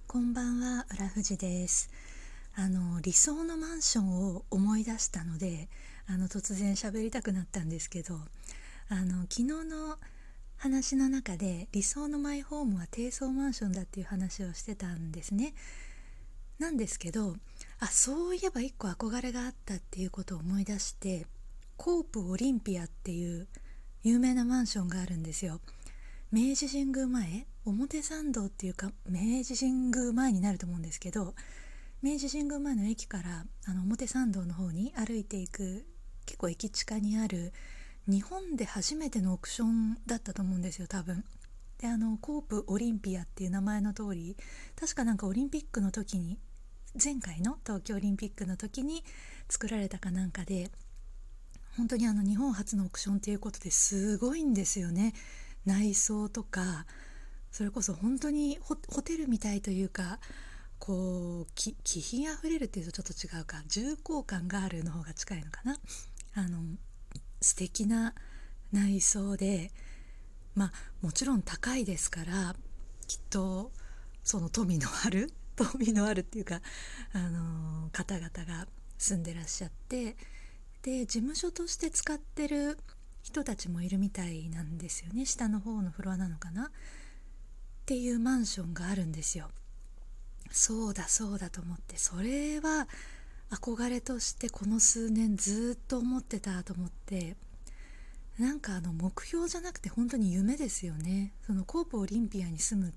こんばんは、浦富です。理想のマンションを思い出したので、突然喋りたくなったんですけど、昨日の話の中で理想のマイホームは低層マンションだっていう話をしてたんですね。なんですけど、そういえば一個憧れがあったっていうことを思い出して、コープオリンピアっていう有名なマンションがあるんですよ。明治神宮前、表参道っていうか明治神宮前になると思うんですけど、明治神宮前の駅から表参道の方に歩いていく、結構駅近にある、日本で初めてのオークションだったと思うんですよ、多分。で、コープオリンピアっていう名前の通り、確かなんかオリンピックの時に、前回の東京オリンピックの時に作られたかなんかで、本当に日本初のオークションっていうことですごいんですよね。内装とか、それこそ本当にホテルみたいというか、こう気品あふれるっていうとちょっと違うか、重厚感があるの方が近いのかな。素敵な内装で、もちろん高いですから、きっとその富のある富のあるっていうか、方々が住んでらっしゃって、で事務所として使ってる人たちもいるみたいなんですよね。下の方のフロアなのかなっていうマンションがあるんですよ。そうだそうだと思って、それは憧れとしてこの数年ずっと思ってたと思って、なんか目標じゃなくて本当に夢ですよね。そのコープオリンピアに住むって、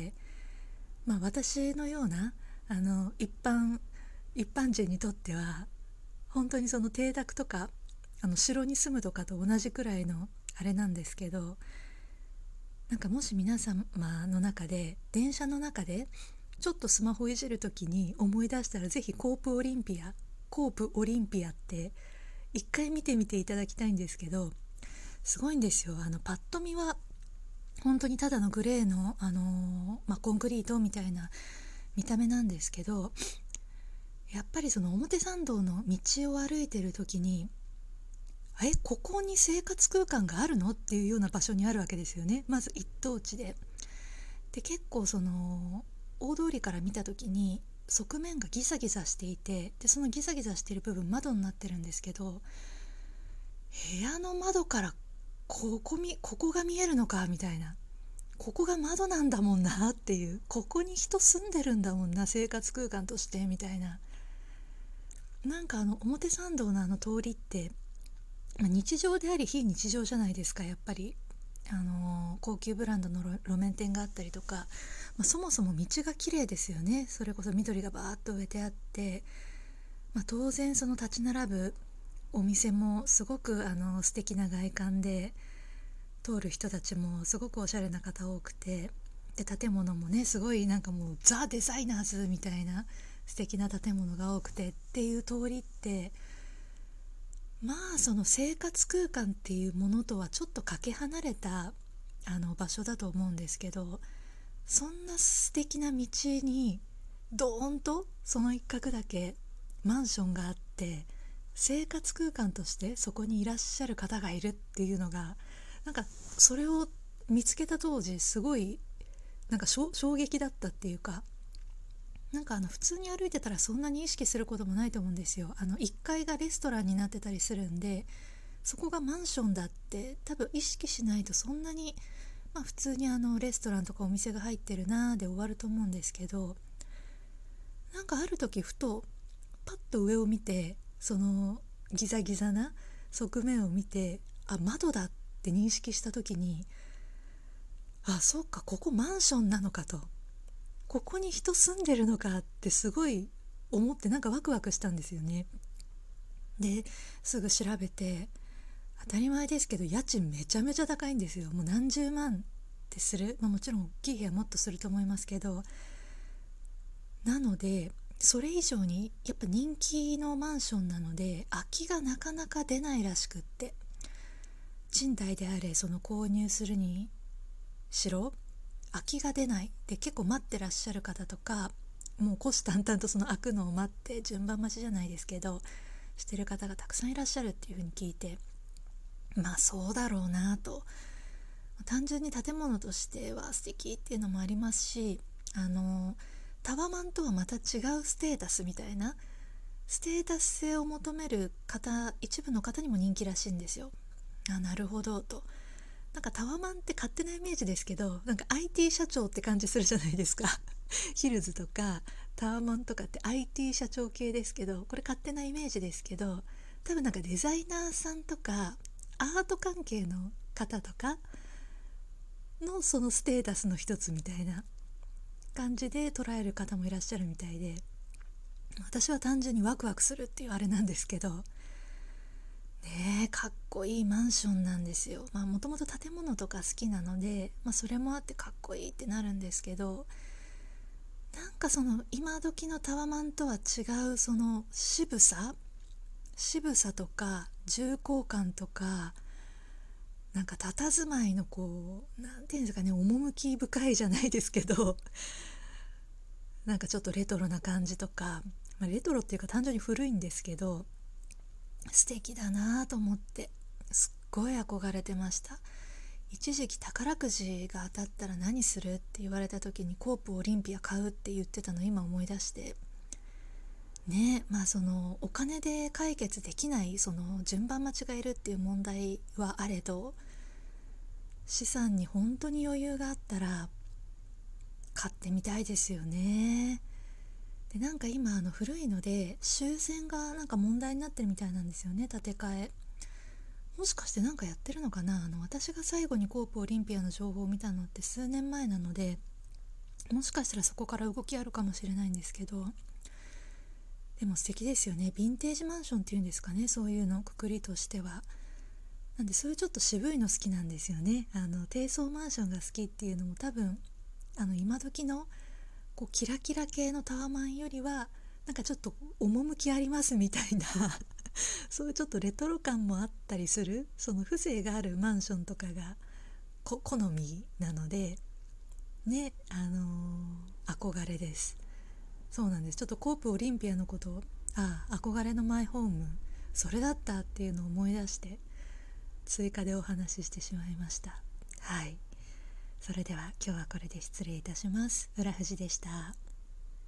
私のような一般人にとっては本当にその邸宅とか城に住むとかと同じくらいのあれなんですけど、なんかもし皆様の中で電車の中でちょっとスマホいじるときに思い出したら、ぜひコープオリンピアって一回見てみていただきたいんですけど、すごいんですよ。パッと見は本当にただのグレーの、コンクリートみたいな見た目なんですけど、やっぱりその表参道の道を歩いてる時に、ここに生活空間があるのっていうような場所にあるわけですよね。まず一等地で。で、結構その大通りから見た時に側面がギザギザしていて、でそのギザギザしている部分窓になってるんですけど、部屋の窓からここが見えるのかみたいな、ここが窓なんだもんなっていう、ここに人住んでるんだもんな、生活空間としてみたいな。なんか表参道の通りって、日常であり非日常じゃないですか、やっぱり。高級ブランドの路面店があったりとか、そもそも道が綺麗ですよね。それこそ緑がバーッと植えてあって、当然その立ち並ぶお店もすごく素敵な外観で、通る人たちもすごくおしゃれな方多くて、で建物もね、すごいなんかもうザ・デザイナーズみたいな素敵な建物が多くてっていう通りって、その生活空間っていうものとはちょっとかけ離れた場所だと思うんですけど、そんな素敵な道にドーンとその一角だけマンションがあって、生活空間としてそこにいらっしゃる方がいるっていうのが、なんかそれを見つけた当時すごいなんか衝撃だったっていうか、なんか普通に歩いてたらそんなに意識することもないと思うんですよ。1階がレストランになってたりするんで、そこがマンションだって多分意識しないと、そんなに普通にレストランとかお店が入ってるなーで終わると思うんですけど、なんかある時ふとパッと上を見て、そのギザギザな側面を見て、窓だって認識した時に、そうか、ここマンションなのかと、ここに人住んでるのかってすごい思って、なんかワクワクしたんですよね。ですぐ調べて、当たり前ですけど家賃めちゃめちゃ高いんですよ。もう何十万ってする、もちろん大きい部屋もっとすると思いますけど、なのでそれ以上にやっぱ人気のマンションなので、空きがなかなか出ないらしくって、賃貸であれその購入するにしろ空きが出ないで、結構待ってらっしゃる方とか、もう虎視眈々とその開くのを待って順番待ちじゃないですけどしてる方がたくさんいらっしゃるっていうふうに聞いて、そうだろうなと。単純に建物としては素敵っていうのもありますし、 タワマンとはまた違うステータスみたいな、ステータス性を求める方、一部の方にも人気らしいんですよ。なるほどと。なんかタワマンって勝手なイメージですけど、なんか IT 社長って感じするじゃないですかヒルズとかタワマンとかって IT 社長系ですけど、これ勝手なイメージですけど、多分なんかデザイナーさんとかアート関係の方とかのそのステータスの一つみたいな感じで捉える方もいらっしゃるみたいで、私は単純にワクワクするっていうあれなんですけどね。かっこいいマンションなんですよ。もともと建物とか好きなので、それもあってかっこいいってなるんですけど、なんかその今時のタワマンとは違うその渋さとか重厚感とか、なんか佇まいのなんていうんですかね、趣深いじゃないですけどなんかちょっとレトロな感じとか、レトロっていうか単純に古いんですけど素敵だなと思ってすっごい憧れてました。一時期宝くじが当たったら何するって言われた時にコープオリンピア買うって言ってたの今思い出してね。そのお金で解決できないその順番間違えるっていう問題はあれど、資産に本当に余裕があったら買ってみたいですよね。でなんか今古いので修繕がなんか問題になってるみたいなんですよね、建て替え。もしかしてなんかやってるのかな。私が最後にコープオリンピアの情報を見たのって数年前なので、もしかしたらそこから動きあるかもしれないんですけど、でも素敵ですよね。ヴィンテージマンションっていうんですかね、そういうのくくりとしては。なんでそういうちょっと渋いの好きなんですよね。低層マンションが好きっていうのも多分今時のキラキラ系のタワマンよりはなんかちょっと趣ありますみたいなそういうちょっとレトロ感もあったりする、その風情があるマンションとかが好みなのでね、憧れです。そうなんです。ちょっとコープオリンピアのことを憧れのマイホームそれだったっていうのを思い出して追加でお話ししてしまいました。はい、それでは今日はこれで失礼いたします。浦富士でした。